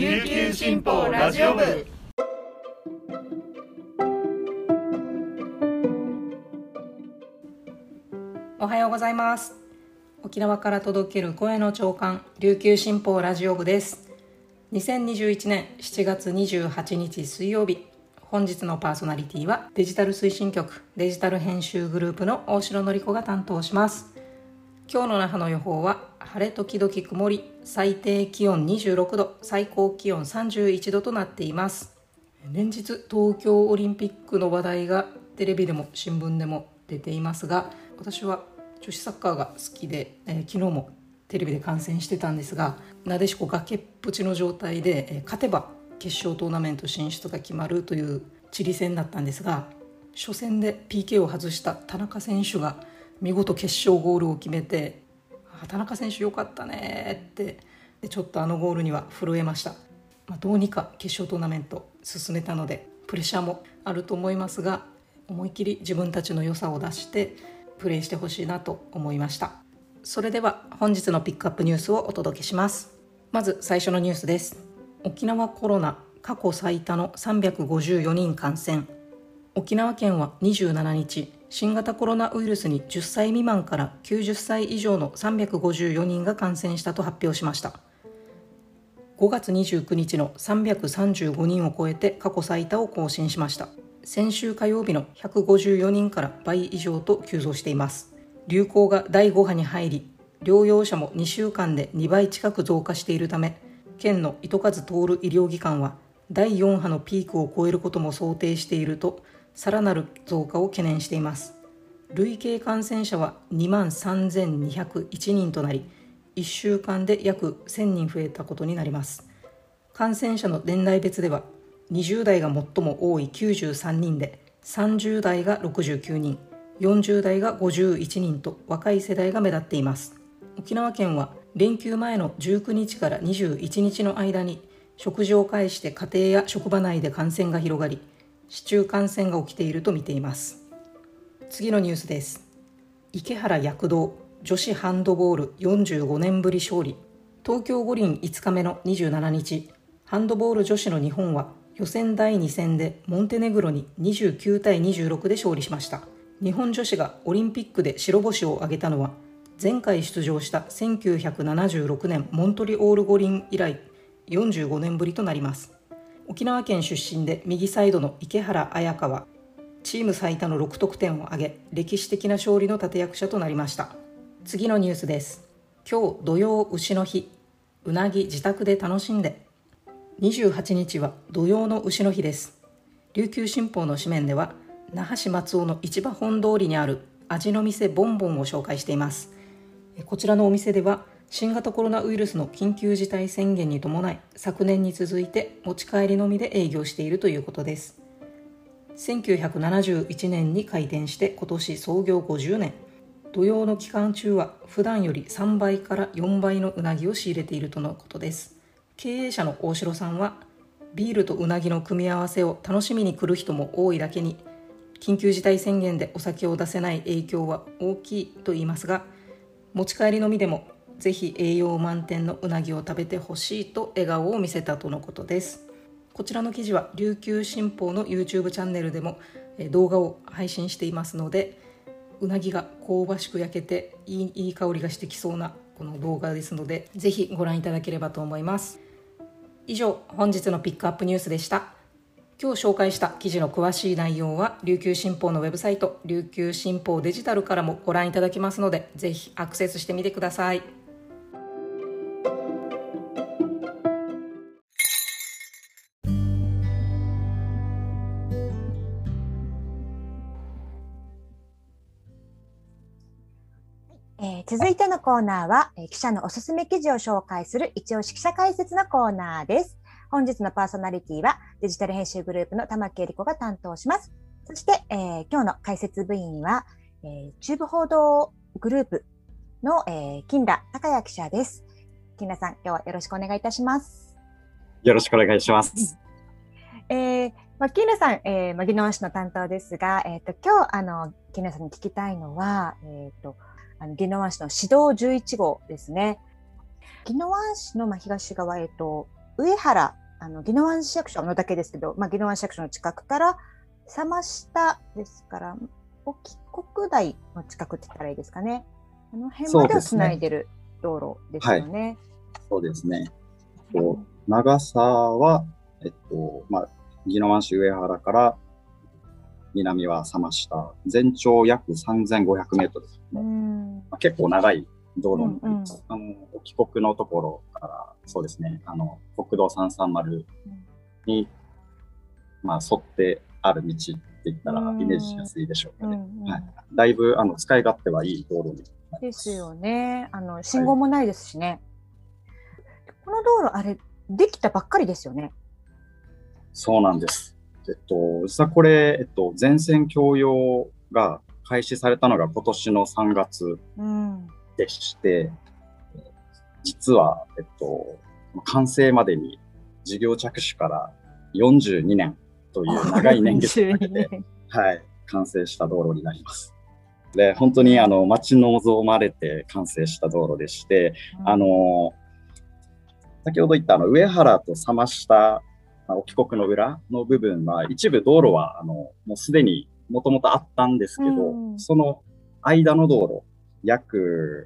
琉球新報ラジオ部。 おはようございます。沖縄から届ける声の朝刊、琉球新報ラジオ部です。2021年7月28日水曜日、本日のパーソナリティはデジタル推進局デジタル編集グループの大城典子が担当します。今日の那覇の予報は晴れ時々曇り、最低気温26度、最高気温31度となっています。連日東京オリンピックの話題がテレビでも新聞でも出ていますが、私は女子サッカーが好きで、昨日もテレビで観戦してたんですが、なでしこ崖っぷちの状態で、勝てば決勝トーナメント進出が決まるというチリ戦だったんですが、初戦で PK を外した田中選手が見事決勝ゴールを決めて、田中選手よかったねってちょっとあのゴールには震えました。どうにか決勝トーナメント進めたのでプレッシャーもあると思いますが、思い切り自分たちの良さを出してプレーしてほしいなと思いました。それでは本日のピックアップニュースをお届けします。まず最初のニュースです。沖縄コロナ過去最多の354人感染。沖縄県は27日、新型コロナウイルスに10歳未満から90歳以上の354人が感染したと発表しました。5月29日の335人を超えて過去最多を更新しました。先週火曜日の154人から倍以上と急増しています。流行が第5波に入り、療養者も2週間で2倍近く増加しているため、県の糸数通る医療機関は第4波のピークを超えることも想定していると、さらなる増加を懸念しています。累計感染者は23,201人となり、1週間で約1000人増えたことになります。感染者の年代別では、20代が最も多い93人で、30代が69人、40代が51人と若い世代が目立っています。沖縄県は連休前の19日から21日の間に食事を介して家庭や職場内で感染が広がり、市中感染が起きていると見ています。次のニュースです。池原躍動、女子ハンドボール45年ぶり勝利。東京五輪5日目の27日、ハンドボール女子の日本は予選第2戦でモンテネグロに29対26で勝利しました。日本女子がオリンピックで白星を挙げたのは、前回出場した1976年モントリオール五輪以来45年ぶりとなります。沖縄県出身で右サイドの池原綾香はチーム最多の6得点を挙げ、歴史的な勝利の立役者となりました。次のニュースです。今日土用牛の日、うなぎ自宅で楽しんで。28日は土用の牛の日です。琉球新報の紙面では、那覇市松尾の市場本通りにある味の店ボンボンを紹介しています。こちらのお店では新型コロナウイルスの緊急事態宣言に伴い、昨年に続いて持ち帰りのみで営業しているということです。1971年に開店して今年創業50年。土用の期間中は普段より3倍から4倍のうなぎを仕入れているとのことです。経営者の大城さんは、ビールとうなぎの組み合わせを楽しみに来る人も多いだけに、緊急事態宣言でお酒を出せない影響は大きいと言いますが、持ち帰りのみでもぜひ栄養満点のうなぎを食べてほしいと笑顔を見せたとのことです。こちらの記事は琉球新報の YouTube チャンネルでも動画を配信していますので、うなぎが香ばしく焼けていい香りがしてきそうなこの動画ですので、ぜひご覧いただければと思います。以上、本日のピックアップニュースでした。今日紹介した記事の詳しい内容は琉球新報のウェブサイト、琉球新報デジタルからもご覧いただけますので、ぜひアクセスしてみてください。 続いてのコーナーは、記者のおすすめ記事を紹介する一押し記者解説のコーナーです。本日のパーソナリティはデジタル編集グループの玉木恵理子が担当します。そして、今日の解説部員は、中部報道グループの、金田孝也記者です。金田さん、今日はよろしくお願いいたします。 よろしくお願いします。 金田さん、宜野湾市の担当ですが、今日金田さんに聞きたいのは、宜野湾市の市道11号ですね。宜野湾市の東側、宇上原宜野湾市役所のだけですけど、宜野湾市役所の近くから様下ですから沖国大の近くって言ったらいいですかね。あの辺までをつないでる道路ですよね。 そうですね。長さは、宜野湾市上原から南は様下、全長約3500メートル、結構長い道路になります。沖国のところからそうですね、国道330に、沿ってある道って言ったらイメージしやすいでしょうかね。だいぶ使い勝手はいい道路になります。 ですよね。信号もないですしね。この道路あれできたばっかりですよね。 そうなんです。実はこれ、全線共用が開始されたのが今年の3月でして、実は、完成までに事業着手から42年という長い年月をかけて、完成した道路になります。で、本当に待ち望まれて完成した道路でして、先ほど言った上原と様下、沖国の裏の部分は一部道路はもうすでにもともとあったんですけど、その間の道路約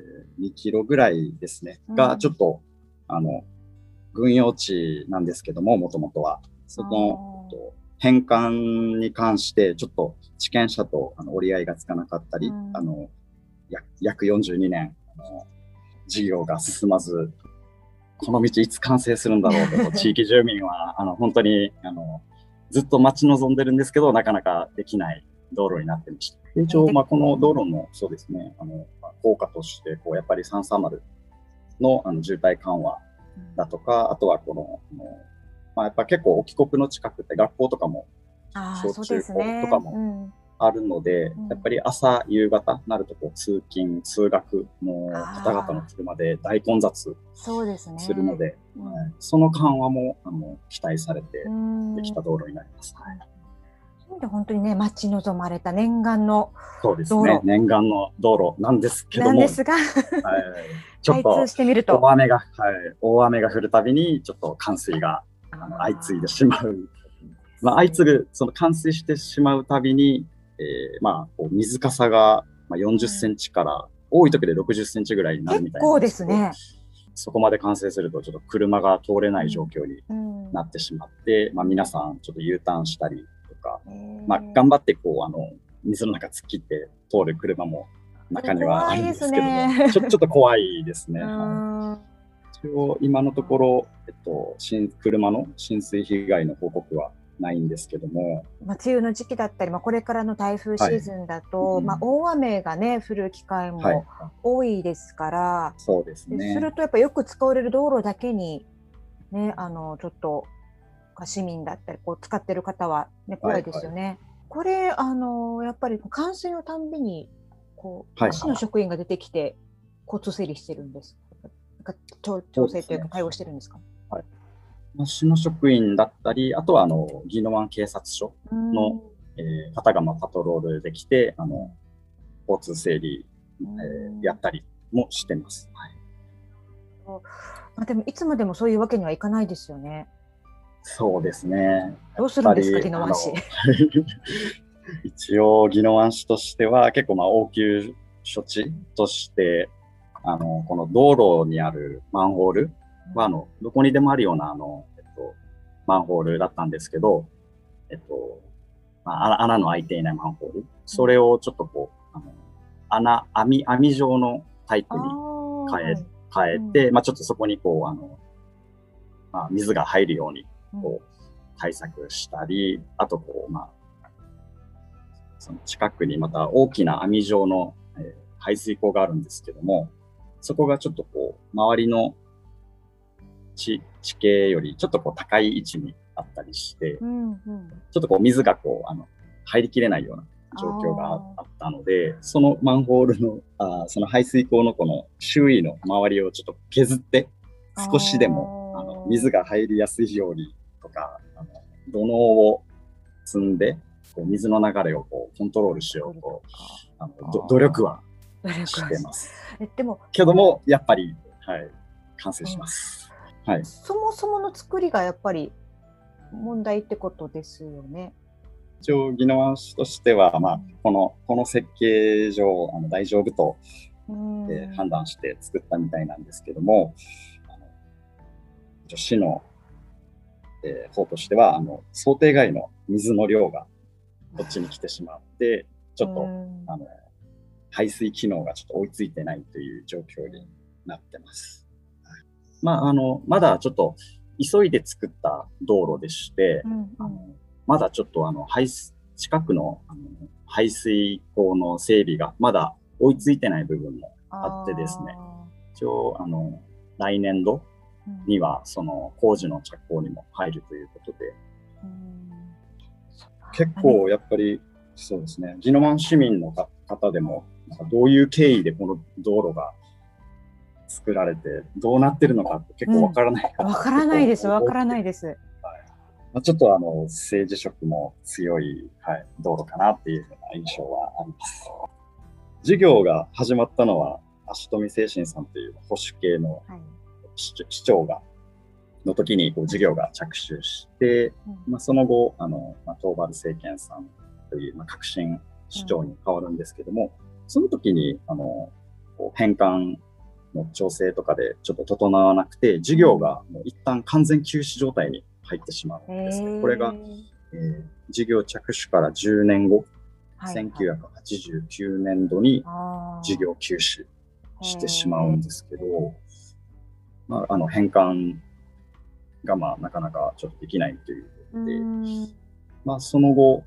2キロぐらいですね、がちょっと軍用地なんですけども、もともとはその返還に関してちょっと地権者と折り合いがつかなかったり、約42年事業が進まず、この道いつ完成するんだろうと地域住民は本当にずっと待ち望んでるんですけど、なかなかできない道路になってました。一応この道路のそうですね、効果としてやっぱり330の渋滞緩和だとか、あとはやっぱ結構沖国の近くって学校とかも小中高とかもあるので、やっぱり朝夕方なると通勤通学の方々の車で大混雑するので、その緩和も期待されてできた道路になります。 本当にね、待ち望まれた念願の道路。そうですね、念願の道路なんですけども、ちょっと大雨が降るたびにちょっと冠水が相次いでしまう。相次ぐ冠水してしまうたびに、水かさが40センチから多い時で60センチぐらいになるみたいな。 結構ですね。 そこまで完成するとちょっと車が通れない状況になってしまって、皆さんちょっと U ターンしたりとか、頑張って水の中突っ切って通る車も中にはあるんですけども、ちょっと怖いですね。一応今のところ、車の浸水被害の報告はないんですけども、 梅雨の時期だったり、これからの台風シーズンだと、大雨がね降る機会も多いですから、 そうですね。 するとやっぱよく使われる道路だけにね、ちょっと市民だったり使ってる方はね怖いですよね。これやっぱり冠水のたんびに市の職員が出てきて交通整理してるんですか？調整というか対応してるんですか？ 市の職員だったり、あとは宜野湾警察署の、方がパトロールできて交通整理、やったりもしてます。 でもいつまでもそういうわけにはいかないですよね。 そうですね。 どうするんですか、宜野湾市。 一応宜野湾市としては結構応急処置としてこの道路にあるマンホールはどこにでもあるようなマンホールだったんですけど、穴の開いていないマンホール、それをちょっと網状のタイプに変えて、ちょっとそこに水が入るように対策したり、あとその近くにまた大きな網状の排水溝があるんですけども、そこがちょっと周りの地形よりちょっと高い位置にあったりして、ちょっと水が入りきれないような状況があったので、そのマンホールのその排水溝の周囲の周りをちょっと削って、少しでも水が入りやすいようにとか、土のうを積んで水の流れをコントロールしようと努力はしてます。けどもやっぱり完成します。 はい、 そもそもの作りがやっぱり問題ってことですよね。 一応宜野湾市としては、まあ、この設計上大丈夫と、判断して作ったみたいなんですけども、市の、方としては想定外の水の量がこっちに来てしまってちょっと排水機能がちょっと追いついてないという状況になってます。まあまだちょっと急いで作った道路でして、まだちょっと近くの排水溝の整備がまだ追いついてない部分もあってですね、一応来年度にはその工事の着工にも入るということで、結構やっぱりそうですね、宜野湾市民の方でもなんかどういう経緯でこの道路が作られてどうなってるのかって結構わからないわからないです、わからないです。 ちょっと政治色も強い、道路かなっていうふうな印象はあります。事業が始まったのは足富清心さんという保守系の市長の時に事業が着手して、その後東原政権さんという革新市長に変わるんですけども、その時に返還の調整とかでちょっと整わなくて事業がもう一旦完全休止状態に入ってしまうんですね。これが、事業着手から10年後、1989年度に事業休止してしまうんですけど、返還がなかなかちょっとできないということで、その後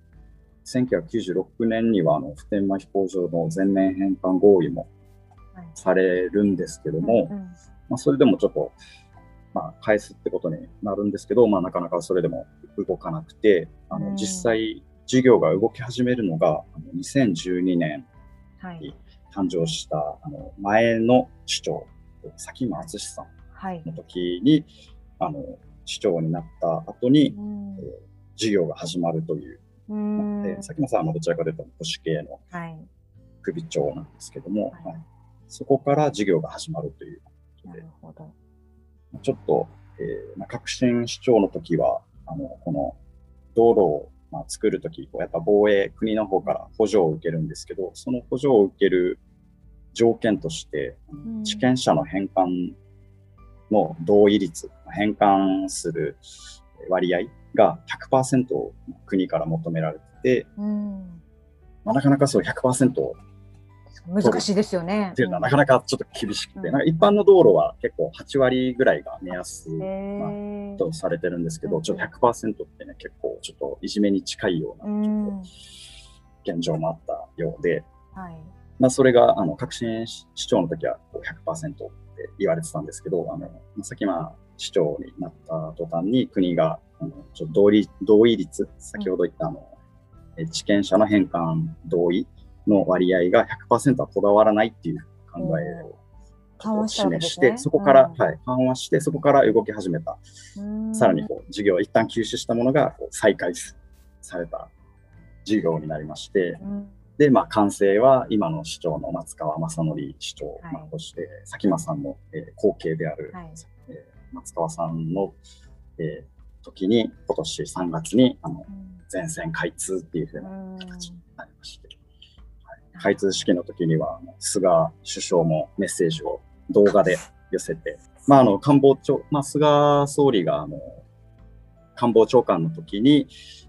1996年には普天間飛行場の全面返還合意もされるんですけども、それでもちょっと返すってことになるんですけど、なかなかそれでも動かなくて、実際事業が動き始めるのが2012年に誕生した前の市長佐喜眞淳さんの時に、市長になった後に、事業が始まるという。佐喜眞さんはどちらかというと保守系の首長なんですけども、そこから事業が始まるということで、ちょっと、革新市長の時はこの道路を作る時やっぱ国の方から補助を受けるんですけど、その補助を受ける条件として地権者の返還の同意率、返還する割合が 100% を国から求められてて、なかなかそう 100% 難しいですよね。 っていうのはなかなかちょっと厳しくて、なんか一般の道路は結構8割ぐらいが目安、とされてるんですけど、ちょっと 100% ってね、結構ちょっといじめに近いようなちょっと現状もあったようで、それが革新市長の時は 100% って言われてたんですけど、佐喜眞市長になった途端に国がちょっと同意率、先ほど言った地権者の返還同意の割合が 100% はこだわらないっていう考えを示して、そこから、緩和して、そこから動き始めた。さらに事業を一旦休止したものが再開された事業になりまして、で、完成は今の市長の松川正則市長、そして佐喜眞さんの後継である、松川さんの、時に、今年3月に全線開通っていうふうな形になりまして、開通式の時には菅首相もメッセージを動画で寄せて、官房長、菅総理が官房長官の時に、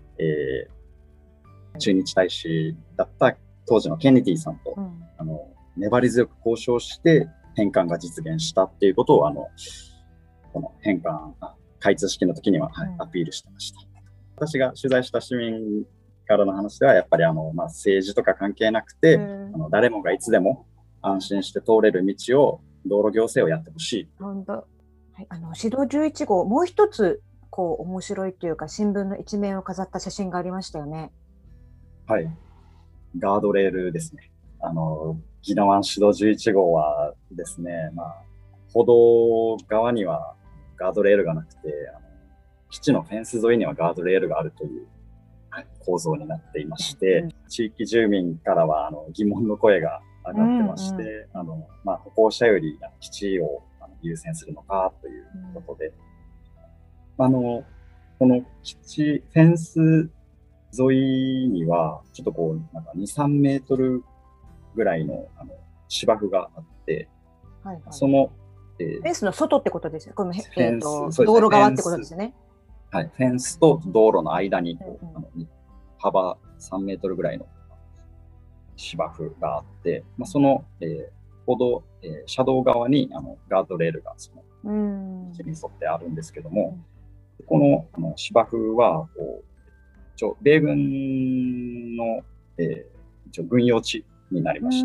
駐日大使だった当時のケネディさんと、粘り強く交渉して返還が実現したっていうことをこの開通式の時には、アピールしてました。私が取材した市民からの話ではやっぱり政治とか関係なくて、誰もがいつでも安心して通れる道を道路行政をやってほしい。 本当、市道11号、もう一つ面白いというか新聞の一面を飾った写真がありましたよね。 はい、ガードレールですね。宜野湾市道11号はですね、歩道側にはガードレールがなくて、基地のフェンス沿いにはガードレールがあるという構造になっていまして、地域住民からは疑問の声が上がってまして、歩行者より基地を優先するのかということで、このフェンス沿いには、ちょっとこう、なんか2、3メートルぐらいの芝生があって、 はいはい、 その、 フェンスの外ってことですよ。この道路側ってことですよね。 はい、フェンスと道路の間に幅3メートルぐらいの芝生があって、その、車道側にガードレールがその道に沿ってあるんですけども、この芝生はこう米軍の、一応軍用地になりまして、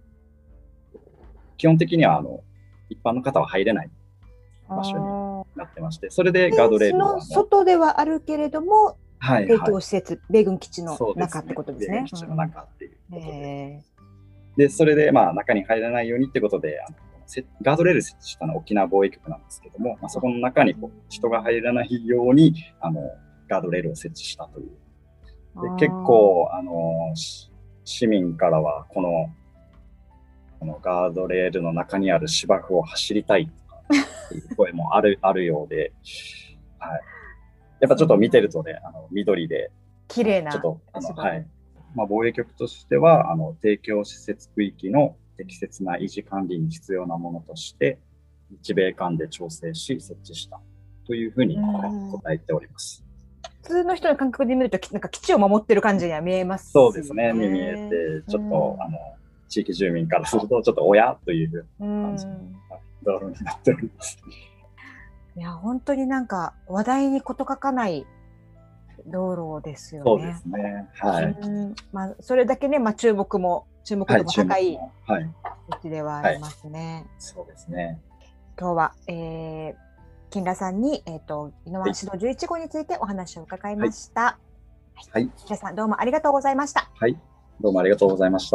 基本的には一般の方は入れない場所になってまして、それでガードレールはその外ではあるけれども、提供施設、米軍基地の中ってことですね。 米軍基地の中っていうことで、それで中に入らないようにってことで、ガードレール設置したのは沖縄防衛局なんですけども、そこの中に人が入らないようにガードレールを設置したという。で、結構市民からはこのガードレールの中にある芝生を走りたいとかっていう声もあるようで、はい、やっぱちょっと見てるとね、緑で綺麗なちょっと防衛局としては提供施設区域の適切な維持管理に必要なものとして日米間で調整し設置したというふうに答えております。 普通の人の感覚で見るとなんか基地を守ってる感じには見えますよね。そうですね、見えてちょっと地域住民からするとちょっと親という感じの道路になっております。 いや本当になんか話題に事欠かない道路ですよね。 そうですね。はい。 それだけね、注目度も高い道ではありますね。 そうですね。 今日は、金良さんに宜野湾市道11号についてお話を伺いました。はい。金良さんどうもありがとうございました。 はい。どうもありがとうございました。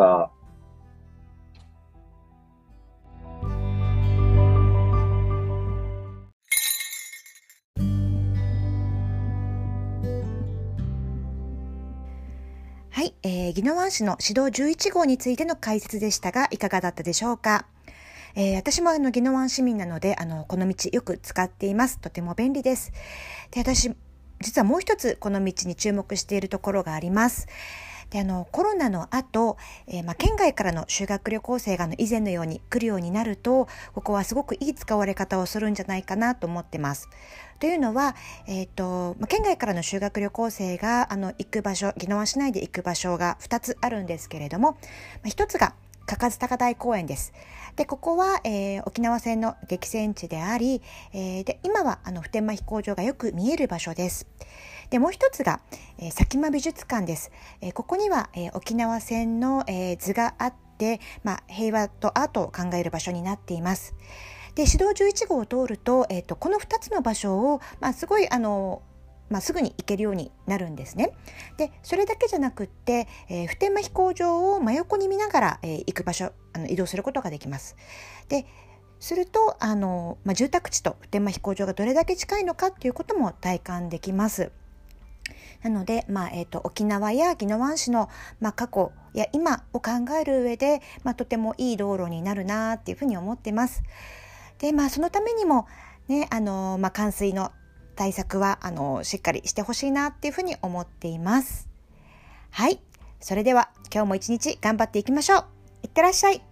はい、宜野湾市の市道11号についての解説でしたがいかがだったでしょうか。私も宜野湾市民なのでこの道よく使っています。とても便利です。で、私実はもう一つこの道に注目しているところがあります。で、コロナの後、県外からの修学旅行生が以前のように来るようになると、ここはすごくいい使われ方をするんじゃないかなと思ってます。というのは、県外からの修学旅行生が行く場所、宜野湾市内で行く場所が2つあるんですけれども、1つが嘉数高台公園です。で、ここは、沖縄戦の激戦地であり、で今は普天間飛行場がよく見える場所です。で、もう一つが、佐喜眞美術館です。ここには、沖縄戦の、図があって、平和とアートを考える場所になっています。で、市道11号を通ると、この2つの場所を、すごいすぐに行けるようになるんですね。で、それだけじゃなくって、普天間飛行場を真横に見ながら、行く場所、移動することができます。で、すると住宅地と普天間飛行場がどれだけ近いのかっていうことも体感できます。なので、沖縄や宜野湾市の、過去や今を考える上で、とてもいい道路になるなっていうふうに思ってます。で、そのためにもね、冠水の対策はしっかりしてほしいなっていうふうに思っています。はい、それでは今日も一日頑張っていきましょう。いってらっしゃい。